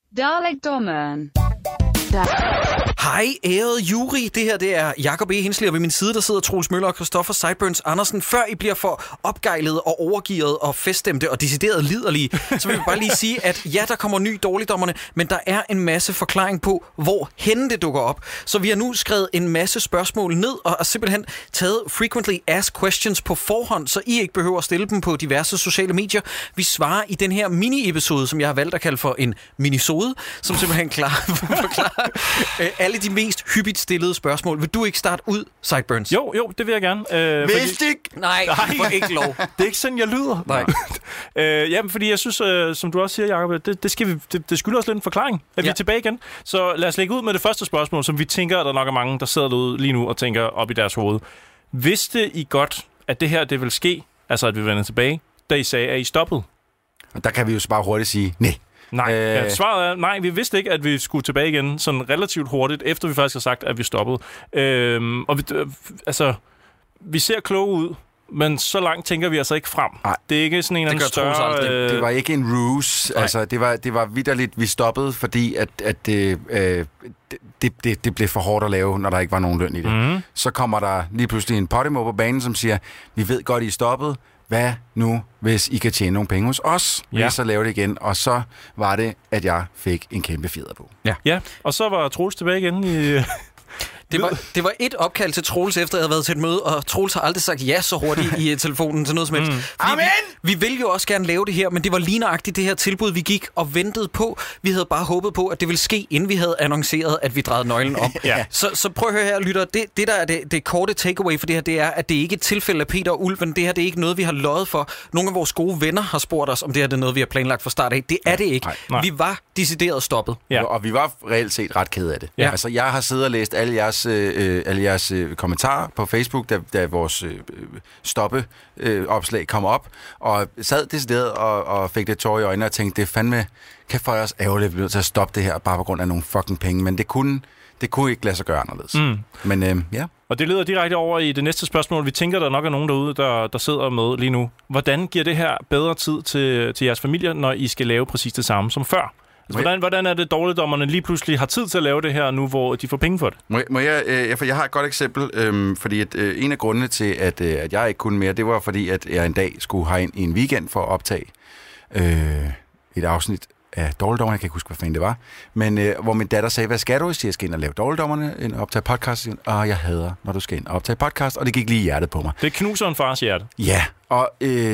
Dalekdommeren. Hej, ærede jury. Det her det er Jakob E. Hensli, og ved min side der sidder Troels Møller og Christoffer Sideburns Andersen. Før I bliver for opgejlede og overgearet og feststemte og decideret liderlige, så vil jeg bare lige sige, at ja, der kommer ny dårligdommerne, men der er en masse forklaring på, hvor henne det dukker op. Så vi har nu skrevet en masse spørgsmål ned og har simpelthen taget frequently asked questions på forhånd, så I ikke behøver at stille dem på diverse sociale medier. Vi svarer i den her mini-episode, som jeg har valgt at kalde for en minisode, som simpelthen forklarer alle de mest hyppigt stillede spørgsmål. Vil du ikke starte ud, Sideburns? Jo, det vil jeg gerne. Nej, du får ikke lov. Det er ikke sådan, jeg lyder. Nej. Jamen, fordi jeg synes, som du også siger, Jacob, det skylder os lidt en forklaring, at vi er tilbage igen. Så lad os lægge ud med det første spørgsmål, som vi tænker, at der nok er mange, der sidder derude lige nu og tænker op i deres hoved. Vidste I godt, at det her det vil ske, altså at vi vender tilbage, da I sagde, at I stoppede? Og der kan vi jo bare hurtigt sige, nej. Nej, svaret er nej, vi vidste ikke, at vi skulle tilbage igen sådan relativt hurtigt, efter vi faktisk har sagt, at vi stoppede. Og vi ser kloge ud, men så langt tænker vi altså ikke frem. Nej. Det er ikke sådan en eller anden større... Det var ikke en ruse. Altså, det var vitterligt, vi stoppede, fordi at det blev for hårdt at lave, når der ikke var nogen løn i det. Mm-hmm. Så kommer der lige pludselig en Podimo på banen, som siger, vi ved godt, I er stoppet. Hvad nu, hvis I kan tjene nogle penge hos os? Vil I så lave det igen? Og så var det, at jeg fik en kæmpe fjeder på. Ja, og så var Troels tilbage igen i... Det var et opkald til Troels, efter jeg havde været til et møde, og Troels har aldrig sagt ja så hurtigt i telefonen til noget som helst. Amen! Vi ville jo også gerne lave det her, men det var lige nøjagtigt det her tilbud, vi gik og ventede på. Vi havde bare håbet på, at det ville ske, inden vi havde annonceret, at vi drejede nøglen om. Så prøv at høre her, lytter. Det der er det korte takeaway for det her, det er, at det ikke er et tilfælde af Peter og Ulven. Det her det er ikke noget, vi har løjet for. Nogle af vores gode venner har spurgt os, om det her det er noget, vi har planlagt fra start af. Det er det ikke. Nej. Vi var decideret stoppet. Ja. Og vi var reelt set ret kede af det. Ja. Altså, jeg har siddet og læst alle jeres kommentarer på Facebook, da vores stoppeopslag kom op, og sad decideret og fik det tår i øjnene og tænkte, det er fandme, kan for os ærgerligt, vi bliver nødt til at stoppe det her, bare på grund af nogle fucking penge, men det kunne ikke lade sig gøre anderledes. Men ja. Og det leder direkte over i det næste spørgsmål. Vi tænker, der nok er nogen derude, der sidder med lige nu. Hvordan giver det her bedre tid til jeres familier, når I skal lave præcis det samme som før? Altså, hvordan er det dårligdommerne lige pludselig har tid til at lave det her nu, hvor de får penge for det? Må jeg, for jeg har et godt eksempel, fordi en af grundene til, at jeg ikke kunne mere, det var fordi, at jeg en dag skulle herind i en weekend for at optage et afsnit af Dårligdommerne. Jeg kan ikke huske, hvad fanden det var. Men hvor min datter sagde, hvad skal du? Jeg siger, jeg skal ind og lave Dårligdommerne, ind og optage podcast. Og jeg hader, når du skal ind og optage podcast, og det gik lige i hjertet på mig. Det knuser en fars hjerte. Ja, og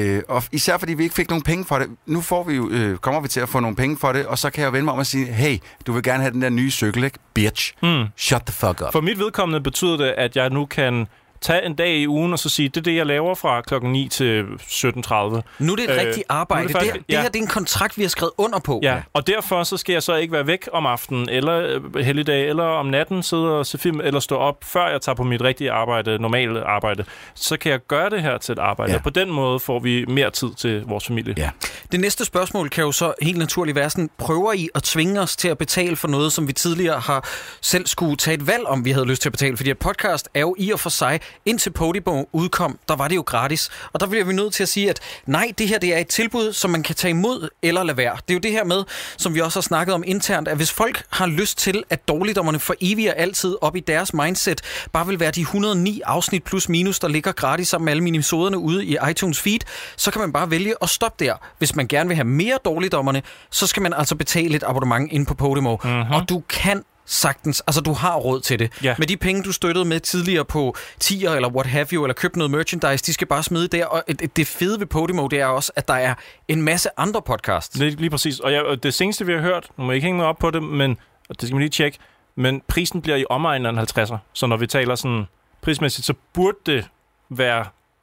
især fordi vi ikke fik nogen penge for det. Nu får vi jo, kommer vi til at få nogle penge for det, og så kan jeg jo vende mig om og sige, hey, du vil gerne have den der nye cykel, ikke? Bitch. Shut the fuck up. For mit vedkommende betyder det, at jeg nu kan tage en dag i ugen og så sige, det er det, jeg laver fra klokken 9 til 17.30. Nu er det et rigtigt arbejde. Det her det er en kontrakt, vi har skrevet under på. Ja, og derfor så skal jeg så ikke være væk om aftenen, eller helligdag, eller om natten sidde og se film, eller stå op, før jeg tager på mit rigtige arbejde, normale arbejde. Så kan jeg gøre det her til et arbejde, og på den måde får vi mere tid til vores familie. Ja. Det næste spørgsmål kan jo så helt naturligt være sådan, prøver I at tvinge os til at betale for noget, som vi tidligere har selv skulle tage et valg om, vi havde lyst til at betale? Fordi et podcast er jo i og for sig, indtil Podimo udkom, der var det jo gratis. Og der bliver vi nødt til at sige, at nej, det her det er et tilbud, som man kan tage imod eller lade være. Det er jo det her med, som vi også har snakket om internt, at hvis folk har lyst til, at dårligdommerne for evigt og altid op i deres mindset bare vil være de 109 afsnit plus minus, der ligger gratis sammen med alle minimisoderne ude i iTunes feed, så kan man bare vælge at stoppe der. Hvis man gerne vil have mere dårligdommerne, så skal man altså betale et abonnement ind på Podimo. Og du kan sagtens, altså du har råd til det. Ja. Med de penge, du støttede med tidligere på tier eller what have you, eller købte noget merchandise, de skal bare smide der. Og det fede ved Podimo, det er også, at der er en masse andre podcasts. Lige præcis. Og det seneste, vi har hørt, nu må jeg ikke hænge mig op på det, men det skal man lige tjekke, men prisen bliver i omegnen af 50'er. Så når vi taler sådan prismæssigt, så burde det være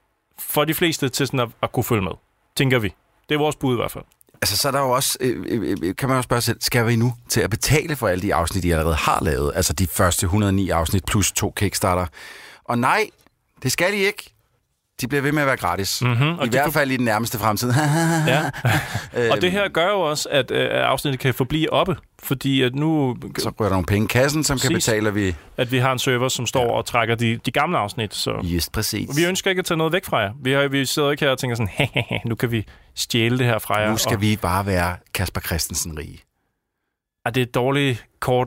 for de fleste til sådan at kunne følge med. Tænker vi. Det er vores bud i hvert fald. Altså, så er der jo også, kan man jo spørge selv, skal vi nu til at betale for alle de afsnit, de allerede har lavet? Altså de første 109 afsnit plus 2 Kickstarter. Og nej, det skal de ikke. De bliver ved med at være gratis. I hvert fald i den nærmeste fremtid. Ja. Og det her gør jo også, at afsnittet kan forblive oppe. Fordi at nu... Så rører der nogle penge i kassen, som kan betale, at vi har en server, som står og trækker de gamle afsnit. Så. Just præcis. Vi ønsker ikke at tage noget væk fra jer. Vi sidder ikke her og tænker sådan, nu kan vi stjæle det her fra jer. Nu skal vi bare være Kasper Christensen rige. det er et dårligt kort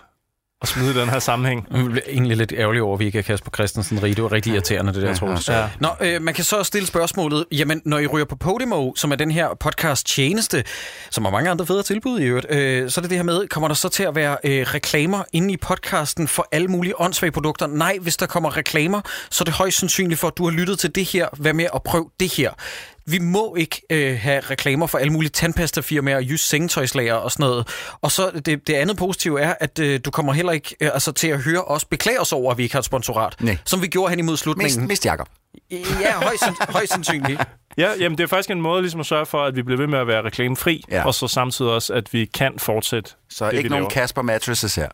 at smide i den her sammenhæng. Jeg er egentlig lidt ærgerlig over, at vi ikke er Kasper Christensen rige. Det var rigtig irriterende, det der, Troels. Ja. Nå, man kan så stille spørgsmålet, jamen, når I ryger på Podimo, som er den her podcast-tjeneste, som har mange andre federe tilbud i øvrigt, så er det her med, kommer der så til at være reklamer inde i podcasten for alle mulige åndssvage produkter? Nej, hvis der kommer reklamer, så er det højst sandsynligt for, at du har lyttet til det her. Vær med at prøve det her. Vi må ikke have reklamer for alle mulige tandpastafirmaer og Jysk Sengetøjslager og sådan noget. Og så det andet positive er, at du kommer heller ikke til at høre os beklage os over, at vi ikke har et sponsorat. Nej. Som vi gjorde hen imod slutningen. Mest Jakob. Ja, højst sandsynligt. Ja, jamen det er faktisk en måde ligesom at sørge for, at vi bliver ved med at være reklamefri, og så samtidig også, at vi kan fortsætte. Så ikke nogen Casper Mattresses her.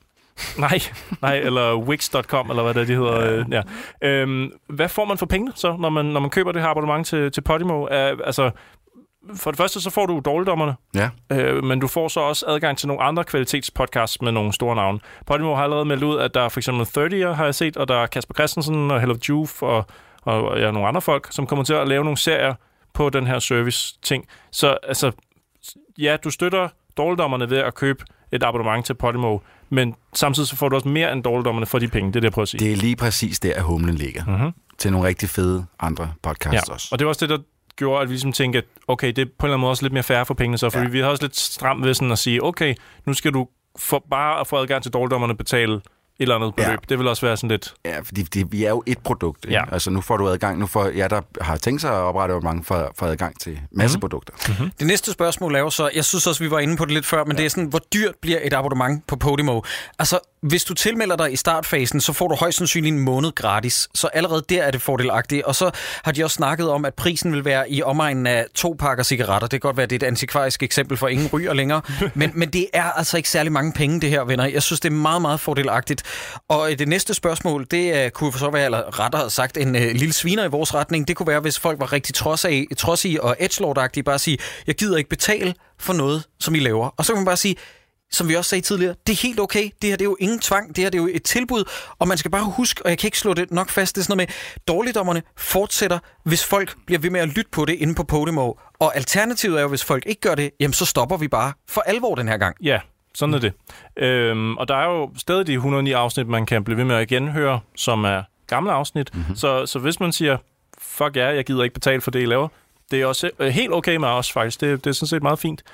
Nej, eller Wix.com, eller hvad det hedder. Ja. Hvad får man for pengene så, når man køber det her abonnement til Podimo? Altså, for det første, så får du dårligdommerne, men du får så også adgang til nogle andre kvalitetspodcasts med nogle store navne. Podimo har allerede meldt ud, at der er for eksempel 30'er, har jeg set, og der er Kasper Christensen og Hell of Juve og nogle andre folk, som kommer til at lave nogle serier på den her service-ting. Så altså, ja, du støtter dårligdommerne ved at købe et abonnement til Podimo, men samtidig så får du også mere end dårligdommerne for de penge. Det er det, jeg prøver at sige. Det er lige præcis der, at humlen ligger. Til nogle rigtig fede andre podcasts også. Og det var også det, der gjorde, at vi ligesom tænkte, at okay, det er på en eller anden måde også lidt mere fair for pengene så, fordi vi har også lidt stramt ved sådan at sige, okay, nu skal du bare at få adgang til dårligdommerne betale et eller andet beløb. Det vil også være sådan lidt... Ja, fordi vi er jo et produkt. Ja. Altså nu får du adgang, nu får jeg, der har tænkt sig at oprette mange for adgang til masse produkter. Det næste spørgsmål er jo så, jeg synes også, vi var inde på det lidt før, men det er sådan, hvor dyrt bliver et abonnement på Podimo? Altså, hvis du tilmelder dig i startfasen, så får du højst sandsynligt en måned gratis. Så allerede der er det fordelagtigt. Og så har de også snakket om, at prisen vil være i omegnen af 2 pakker cigaretter. Det kan godt være, det er et antikvarisk eksempel, for ingen ryger længere. Men det er altså ikke særlig mange penge, det her, venner. Jeg synes, det er meget, meget fordelagtigt. Og det næste spørgsmål, det kunne for så være, eller rettere sagt, en lille sviner i vores retning. Det kunne være, hvis folk var rigtig trodsige og edgelord-agtige, bare sige, jeg gider ikke betale for noget, som I laver. Og så kan man bare sige, som vi også sagde tidligere, det er helt okay. Det her det er jo ingen tvang. Det her det er jo et tilbud. Og man skal bare huske, og jeg kan ikke slå det nok fast, det er sådan noget med, dårligdommerne fortsætter, hvis folk bliver ved med at lytte på det inde på Podimo. Og alternativet er jo, hvis folk ikke gør det, jamen så stopper vi bare for alvor den her gang. Ja, sådan er det. Og der er jo stadig de 109 afsnit, man kan blive ved med at genhøre, som er gamle afsnit. Så hvis man siger, fuck ja, jeg gider ikke betale for det, I laver, det er også helt okay med os faktisk. Det er sådan set meget fint.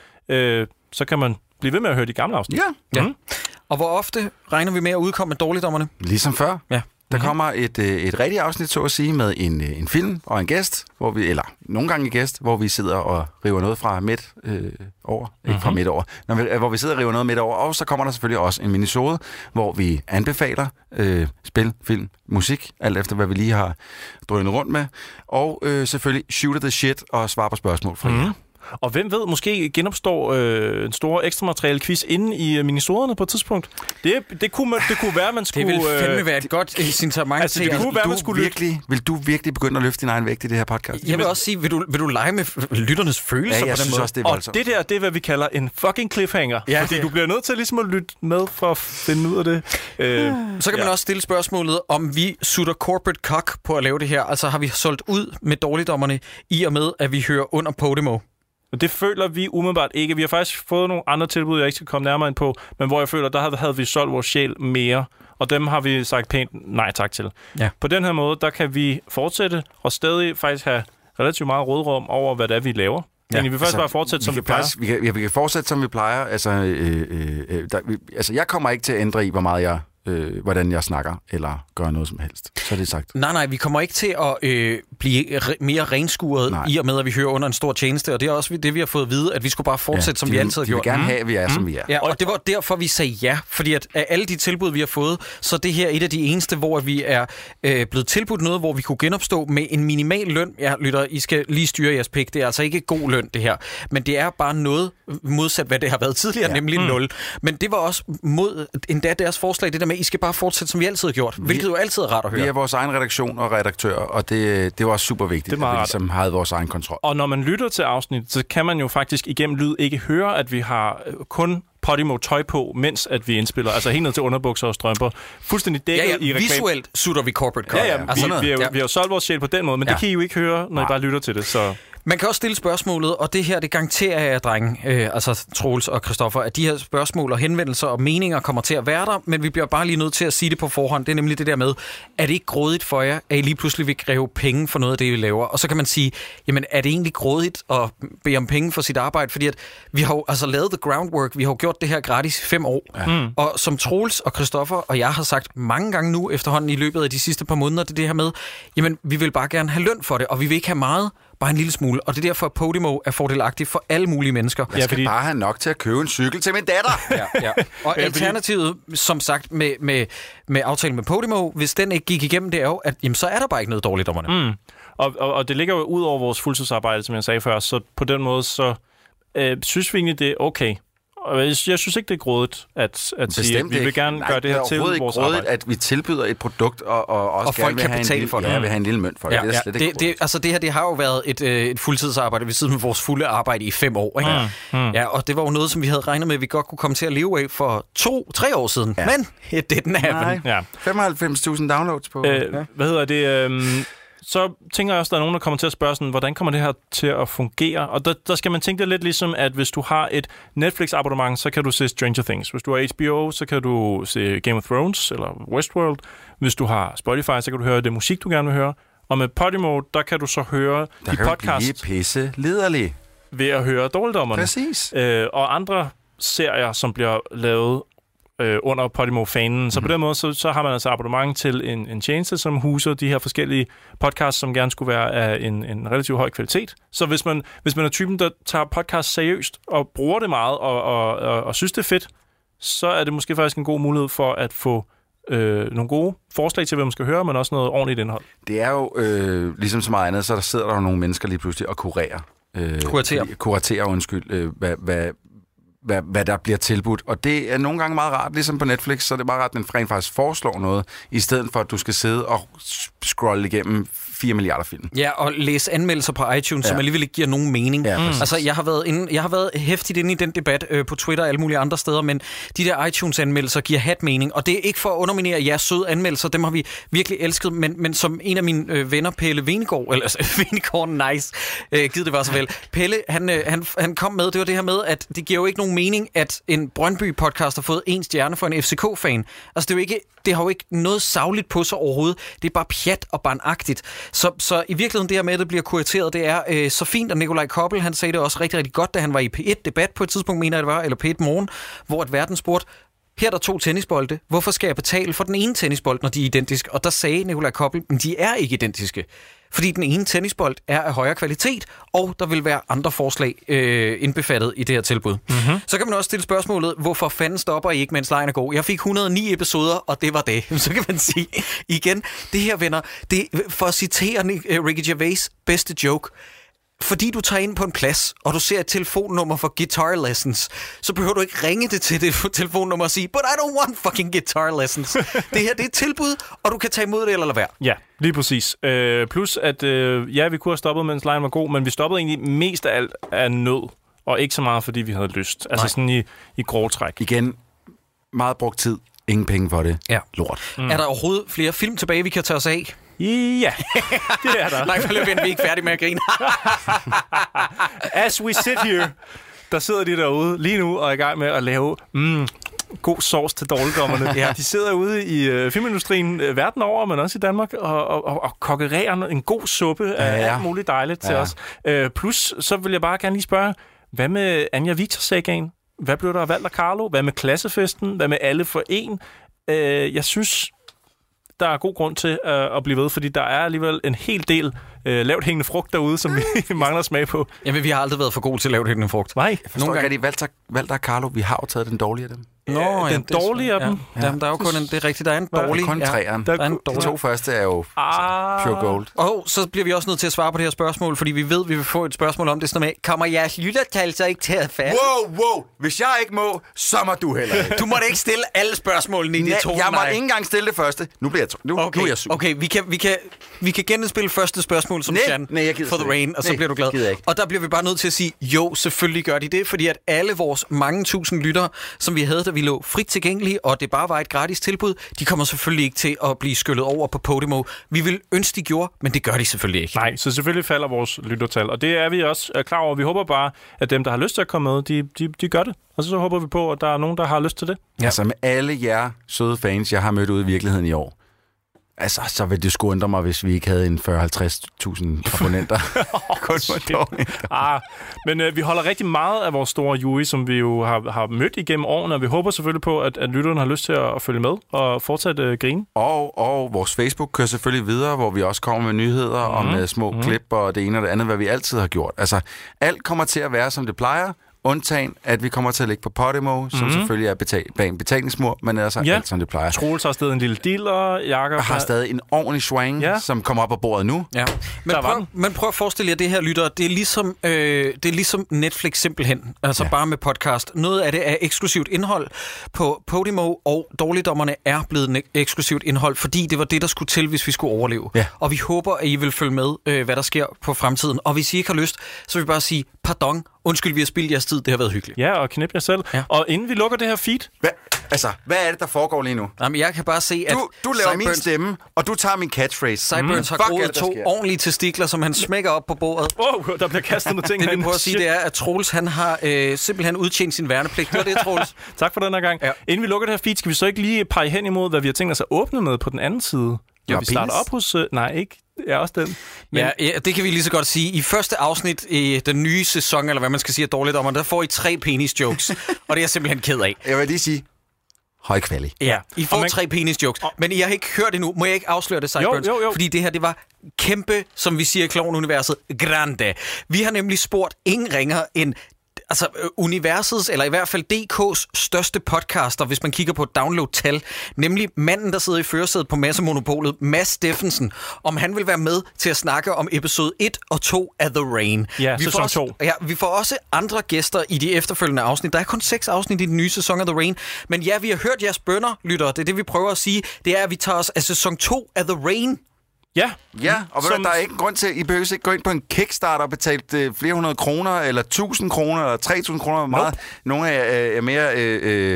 Så kan man blive ved med at høre de gamle afsnit. Ja. Og hvor ofte regner vi med at udkomme med dårligdommerne? Ligesom før. Ja. Der kommer et rigtigt afsnit, så at sige, med en film og en gæst, eller nogle gange en gæst, hvor vi sidder og river noget fra midt over. Ikke fra midt over. Hvor vi sidder og river noget midt over. Og så kommer der selvfølgelig også en minisode, hvor vi anbefaler spil, film, musik, alt efter hvad vi lige har drønet rundt med. Og selvfølgelig shooter the shit og svarer på spørgsmål fra jer. Og hvem ved, måske genopstår en stor ekstra materiale quiz inde i minisoderne på et tidspunkt. Det kunne være, at man skulle... Det vil fandme være et godt incitament altså, til... Det kunne være, man skulle vil du virkelig begynde at løfte din egen vægt i det her podcast? Jeg vil også sige, vil du lege med lytternes følelser på den måde? Også, det er voldsomt. Og det der, det er, hvad vi kalder en fucking cliffhanger. Ja, fordi du bliver nødt til ligesom at lytte med for at finde ud af det. Så kan man også stille spørgsmålet, om vi sutter corporate cock på at lave det her. Altså har vi solgt ud med dårligdommerne i og med, at vi hører under Podimo? Det føler vi umiddelbart ikke. Vi har faktisk fået nogle andre tilbud, jeg ikke skal komme nærmere ind på, men hvor jeg føler, der havde vi solgt vores sjæl mere, og dem har vi sagt pænt nej tak til. Ja. På den her måde, der kan vi fortsætte og stadig faktisk have relativt meget rådrum over, hvad det er, vi laver. Ja, vi vil faktisk bare fortsætte, som vi plejer. Vi kan fortsætte, som vi plejer. Altså, jeg kommer ikke til at ændre i, hvor meget jeg... hvordan jeg snakker, eller gør noget som helst. Så er det sagt. Nej, vi kommer ikke til at blive mere renskuret i og med, at vi hører under en stor tjeneste, og det er også det, vi har fået at vide, at vi skulle bare fortsætte, som vi altid har gjort. Vi vil gerne have, at vi er, som vi er. Ja, og det var derfor, vi sagde ja, fordi at af alle de tilbud, vi har fået, så det her er et af de eneste, hvor vi er blevet tilbudt noget, hvor vi kunne genopstå med en minimal løn. Ja, lytter, I skal lige styre jeres pik. Det er altså ikke god løn, det her. Men det er bare noget modsat, hvad det har været tidligere, nemlig 0. Men det var også mod endda deres forslag, det der med, I skal bare fortsætte, som vi altid har gjort, hvilket jo altid er rart at høre. Vi er vores egen redaktion og redaktør, og det var også super vigtigt, at vi ligesom havde vores egen kontrol. Og når man lytter til afsnit, så kan man jo faktisk igennem lyd ikke høre, at vi har kun Podimo tøj på, mens at vi indspiller. Altså helt ned til underbukser og strømper. Fuldstændig dækket i reklame. Visuelt sutter vi corporate cover. Ja, vi har jo solgt vores sjæl på den måde, men det kan I jo ikke høre, når I bare lytter til det. Så. Man kan også stille spørgsmålet, og det her, det garanterer jeg, drenge, altså Troels og Christoffer, at de her spørgsmål og henvendelser og meninger kommer til at være der, men vi bliver bare lige nødt til at sige det på forhånd. Det er nemlig det der med, er det ikke grådigt for jer, at I lige pludselig vil kræve penge for noget af det, I laver? Og så kan man sige, jamen er det egentlig grådigt at bede om penge for sit arbejde? Fordi at vi har jo altså lavet the groundwork, vi har jo gjort det her gratis i 5 år. Ja. Og som Troels og Christoffer og jeg har sagt mange gange nu efterhånden i løbet af de sidste par måneder, det her med, jamen vi vil bare gerne have løn for det, og vi vil ikke have meget, bare en lille smule. Og det er derfor, at Podimo er fordelagtigt for alle mulige mennesker. Jeg skal bare have nok til at købe en cykel til min datter. Ja. Og alternativet, som sagt, med aftalen med Podimo, hvis den ikke gik igennem, det er jo, at jamen, så er der bare ikke noget dårligt dommerne. Og det ligger jo ud over vores fuldtidsarbejde, som jeg sagde før, så på den måde, så synes vi egentlig, det er okay. Og jeg synes ikke, det er grådigt at sige, at vi vil gerne gøre det her til vores arbejde. At vi tilbyder et produkt, og også folk kan betale for det. Ja, vil have en lille mønt for det. Det er slet ikke altså det her, det har jo været et fuldtidsarbejde ved siden af vores fulde arbejde i 5 år. Ikke? Ja, og det var jo noget, som vi havde regnet med, at vi godt kunne komme til at leve af for 2-3 år siden. Ja. Men it didn't happen. Ja. 95.000 downloads på... Hvad hedder det... Så tænker jeg også, at der er nogen, der kommer til at spørge sådan, hvordan kommer det her til at fungere? Og der skal man tænke det lidt ligesom, at hvis du har et Netflix-abonnement, så kan du se Stranger Things. Hvis du har HBO, så kan du se Game of Thrones eller Westworld. Hvis du har Spotify, så kan du høre det musik, du gerne vil høre. Og med Podimo, der kan du så høre de podcast... Der kan pisse liderlig. Ved at høre Dårligdommerne. Præcis. Og andre serier, som bliver lavet under Podimo-fanen. Så på den måde, så har man altså abonnement til en tjeneste, som huser de her forskellige podcasts, som gerne skulle være af en relativt høj kvalitet. Så hvis man er typen, der tager podcast seriøst og bruger det meget og synes, det er fedt, så er det måske faktisk en god mulighed for at få nogle gode forslag til, hvad man skal høre, men også noget ordentligt indhold. Det er jo, ligesom så meget andet, så der sidder der nogle mennesker lige pludselig og kuraterer, hvad der bliver tilbudt. Og det er nogle gange meget rart, ligesom på Netflix, så er det meget rart, at den rent faktisk foreslår noget, i stedet for, at du skal sidde og scrolle igennem 4 milliarder film. Ja, og læse anmeldelser på iTunes, som alligevel ikke giver nogen mening. Ja, altså, jeg har været hæftigt inde i den debat på Twitter og alle mulige andre steder, men de der iTunes-anmeldelser giver mening, og det er ikke for at underminere jeres søde anmeldelser, dem har vi virkelig elsket, men som en af mine venner, Pelle Venegård, nice, givet det var så vel. Pelle, han kom med, det var det her med, at det giver jo ikke nogen mening, at en Brøndby-podcast har fået 1 stjerne for en FCK-fan. Altså, det har jo ikke noget sagligt på sig overhovedet. Det er bare pjat og barnagtigt. Så i virkeligheden det her med, at det bliver kurateret, det er så fint, og Nikolaj Koppel, han sagde det også rigtig, rigtig godt, da han var i P1-debat på et tidspunkt, mener jeg det var, eller P1 Morgen, hvor et verden spurgte, her er der 2 tennisbolde. Hvorfor skal jeg betale for den ene tennisbold, når de er identiske? Og der sagde Nikolaj Koppel, men de er ikke identiske. Fordi den ene tennisbold er af højere kvalitet, og der vil være andre forslag indbefattet i det her tilbud. Mm-hmm. Så kan man også stille spørgsmålet, hvorfor fanden stopper I ikke, mens lejen er god? Jeg fik 109 episoder, og det var det. Så kan man sige igen, det her, venner, det for at citere Ricky Gervais' bedste joke. Fordi du tager ind på en plads, og du ser et telefonnummer for guitar lessons, så behøver du ikke ringe det til det telefonnummer og sige, but I don't want fucking guitar lessons. Det her, det er et tilbud, og du kan tage imod det eller lade være. Ja, lige præcis. Plus at, vi kunne have stoppet, mens lejen var god, men vi stoppede egentlig mest af alt af nød, og ikke så meget, fordi vi havde lyst. Altså sådan i grove træk. Igen, meget brugt tid. Ingen penge for det. Ja. Lort. Er der overhovedet flere film tilbage, vi kan tage os af? Ja, det er der. Nej, for løbet er vi ikke færdige med at grine. As we sit here, der sidder de derude lige nu og er i gang med at lave god sauce til Dårligdommerne. Ja, de sidder ude i filmindustrien verden over, men også i Danmark, og kokkererer en god suppe af alt muligt dejligt til os. Plus, så vil jeg bare gerne lige spørge, hvad med Anja Victor-sagaen? Hvad blev der valgt af Carlo? Hvad med klassefesten? Hvad med alle for en? Jeg synes, der er god grund til at blive ved, fordi der er alligevel en hel del lavt hængende frugt derude, som vi mangler smag på. Jamen, vi har aldrig været for gode til lavt hængende frugt. Nej. Jeg forstår ikke, at de valgte af Carlo. Vi har jo taget den dårlige af dem. Nå, den dårlige af dem. Ja. Jamen, der er jo kun det er rigtigt, der er en dårlig. Kun træeren. Der er en de 2 første er jo pure gold. Og så bliver vi også nødt til at svare på det her spørgsmål, fordi vi ved, vi vil få et spørgsmål om det sådan med, kommer jeres lyttertal så ikke til at falde? Wow! Hvis jeg ikke må, så må du heller ikke. Du måtte ikke stille alle spørgsmålene i de 2. Jeg må ikke engang stille det første. Nu bliver jeg sur. Okay, vi kan genspille første spørgsmål som Jan for The Rain, og så bliver du glad. Og der bliver vi bare nødt til at sige, jo, selvfølgelig gør de det, fordi at alle vores mange tusind lyttere, som vi havde, da vi lå frit tilgængelige, og det bare var et gratis tilbud, de kommer selvfølgelig ikke til at blive skyllet over på Podimo. Vi vil ønske, de gjorde, men det gør de selvfølgelig ikke. Nej, så selvfølgelig falder vores lyttertal, og det er vi også klar over. Vi håber bare, at dem, der har lyst til at komme med, de gør det. Og så håber vi på, at der er nogen, der har lyst til det. Ja. Altså med alle jer søde fans, jeg har mødt ude i virkeligheden i år, altså, så ville det sgu undre mig, hvis vi ikke havde en 40-50.000 abonnenter. Men vi holder rigtig meget af vores store jury, som vi jo har mødt igennem årene, og vi håber selvfølgelig på, at lytterne har lyst til at følge med og fortsætte grine. Og vores Facebook kører selvfølgelig videre, hvor vi også kommer med nyheder om små klip og det ene og det andet, hvad vi altid har gjort. Altså, alt kommer til at være, som det plejer, undtagen, at vi kommer til at ligge på Podimo, som selvfølgelig er bag en betalingsmur, men altså alt, som det plejer. Troels har stadig en lille diller, Jakob har stadig en ordentlig swang, som kommer op på bordet nu. Ja. Men prøv at forestille jer det her, lytter. Det er ligesom Netflix simpelthen. Altså bare med podcast. Noget af det er eksklusivt indhold på Podimo, og Dårligdommerne er blevet eksklusivt indhold, fordi det var det, der skulle til, hvis vi skulle overleve. Ja. Og vi håber, at I vil følge med, hvad der sker på fremtiden. Og hvis I ikke har lyst, så vil vi bare sige pardon. Undskyld, vi har spildt jeres tid. Det har været hyggeligt. Ja, og knip jer selv. Ja. Og inden vi lukker det her feed... Hvad er det, der foregår lige nu? Jamen, jeg kan bare se, at... Du laver min stemme, og du tager min catchphrase. Sideburns har groet 2 ordentlige testikler, som han smækker op på bordet. Der bliver kastet nogle ting. Det vi prøver at sige, det er, at Troels, han har simpelthen udtjent sin værnepligt. Det var det, Troels. Tak for den her gang. Ja. Inden vi lukker det her feed, skal vi så ikke lige pege hen imod, hvad vi har tænkt os at åbne med på den anden side? Ja, vi starter op hos... Nej, ikke... Ja, også den. Men... Ja, det kan vi lige så godt sige. I første afsnit i den nye sæson, eller hvad man skal sige, af Dårligdommerne, der får I 3 penis-jokes. Og det er jeg simpelthen ked af. Jeg vil lige sige, høj kvalitet. Ja, I får 3 penis-jokes. Men I har ikke hørt endnu. Må jeg ikke afsløre det, Sideburns? Jo. Fordi det her, det var kæmpe, som vi siger i Klovn-universet, grande. Vi har nemlig spurgt ingen ringer end... Altså, universets, eller i hvert fald DK's største podcaster, hvis man kigger på download-tal, nemlig manden, der sidder i førersædet på Massemonopolet, Mads Steffensen, om han vil være med til at snakke om episode 1 og 2 af The Rain. Ja, sæson 2. Ja, vi får også andre gæster i de efterfølgende afsnit. Der er kun 6 afsnit i den nye sæson af The Rain. Men ja, vi har hørt jeres bønner, lyttere. Det er det, vi prøver at sige. Det er, at vi tager os af sæson 2 af The Rain. Ja, og der er ikke grund til, I behøver ikke gå ind på en Kickstarter og betale flere 100 kroner, eller 1000 kroner, eller 3000 kroner. Meget. Nogle er mere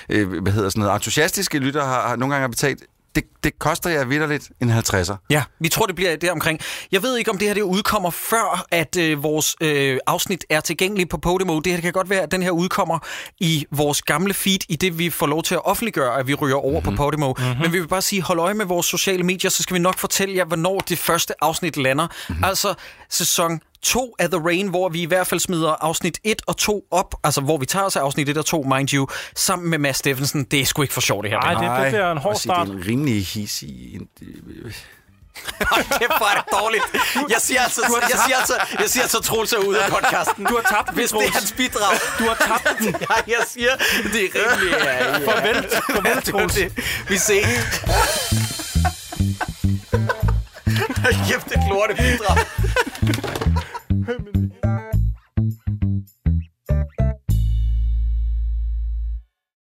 entusiastiske lytter har nogle gange betalt. Det koster jer vitterligt en 50'er. Ja, vi tror, det bliver deromkring. Jeg ved ikke, om det her det udkommer før, at vores afsnit er tilgængelige på Podimo. Det kan godt være, at den her udkommer i vores gamle feed, i det vi får lov til at offentliggøre, at vi ryger over på Podimo. Men vi vil bare sige, hold øje med vores sociale medier, så skal vi nok fortælle jer, hvornår det første afsnit lander. Altså sæson 2 af The Rain, hvor vi i hvert fald smider afsnit 1 og 2 op, altså hvor vi tager os af afsnit 1 og 2, mind you, sammen med Mads Steffensen. Det er sgu ikke for sjovt, det her. Nej, det er en hård start. Det er en rimelig hissig... Det er bare dårligt. Jeg siger altså Troels er ude af podcasten. Du har tabt, hvis det er hans bidrag. Du har tabt den. Ja, jeg siger, det er rimelig... Farvel, Troels. Vi ses. Kæft, det lorte bidrag.